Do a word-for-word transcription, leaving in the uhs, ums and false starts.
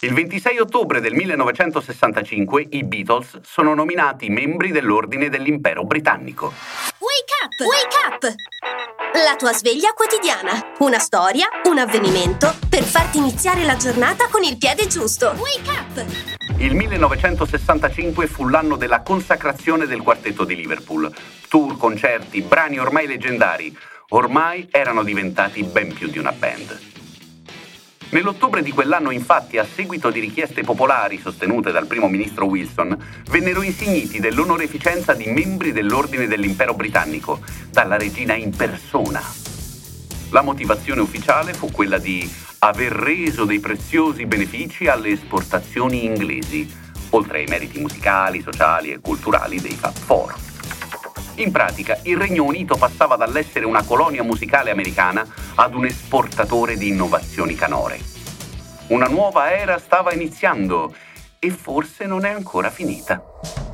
Il ventisei ottobre del millenovecentosessantacinque i Beatles sono nominati membri dell'Ordine dell'Impero Britannico. Wake up! Wake up! La tua sveglia quotidiana. Una storia, un avvenimento per farti iniziare la giornata con il piede giusto. Wake up! Il millenovecentosessantacinque fu l'anno della consacrazione del quartetto di Liverpool. Tour, concerti, brani ormai leggendari. Ormai erano diventati ben più di una band. Nell'ottobre di quell'anno, infatti, a seguito di richieste popolari sostenute dal primo ministro Wilson, vennero insigniti dell'onoreficenza di membri dell'Ordine dell'Impero Britannico, dalla regina in persona. La motivazione ufficiale fu quella di aver reso dei preziosi benefici alle esportazioni inglesi, oltre ai meriti musicali, sociali e culturali dei Fab Four. In pratica, il Regno Unito passava dall'essere una colonia musicale americana ad un esportatore di innovazioni canore. Una nuova era stava iniziando e forse non è ancora finita.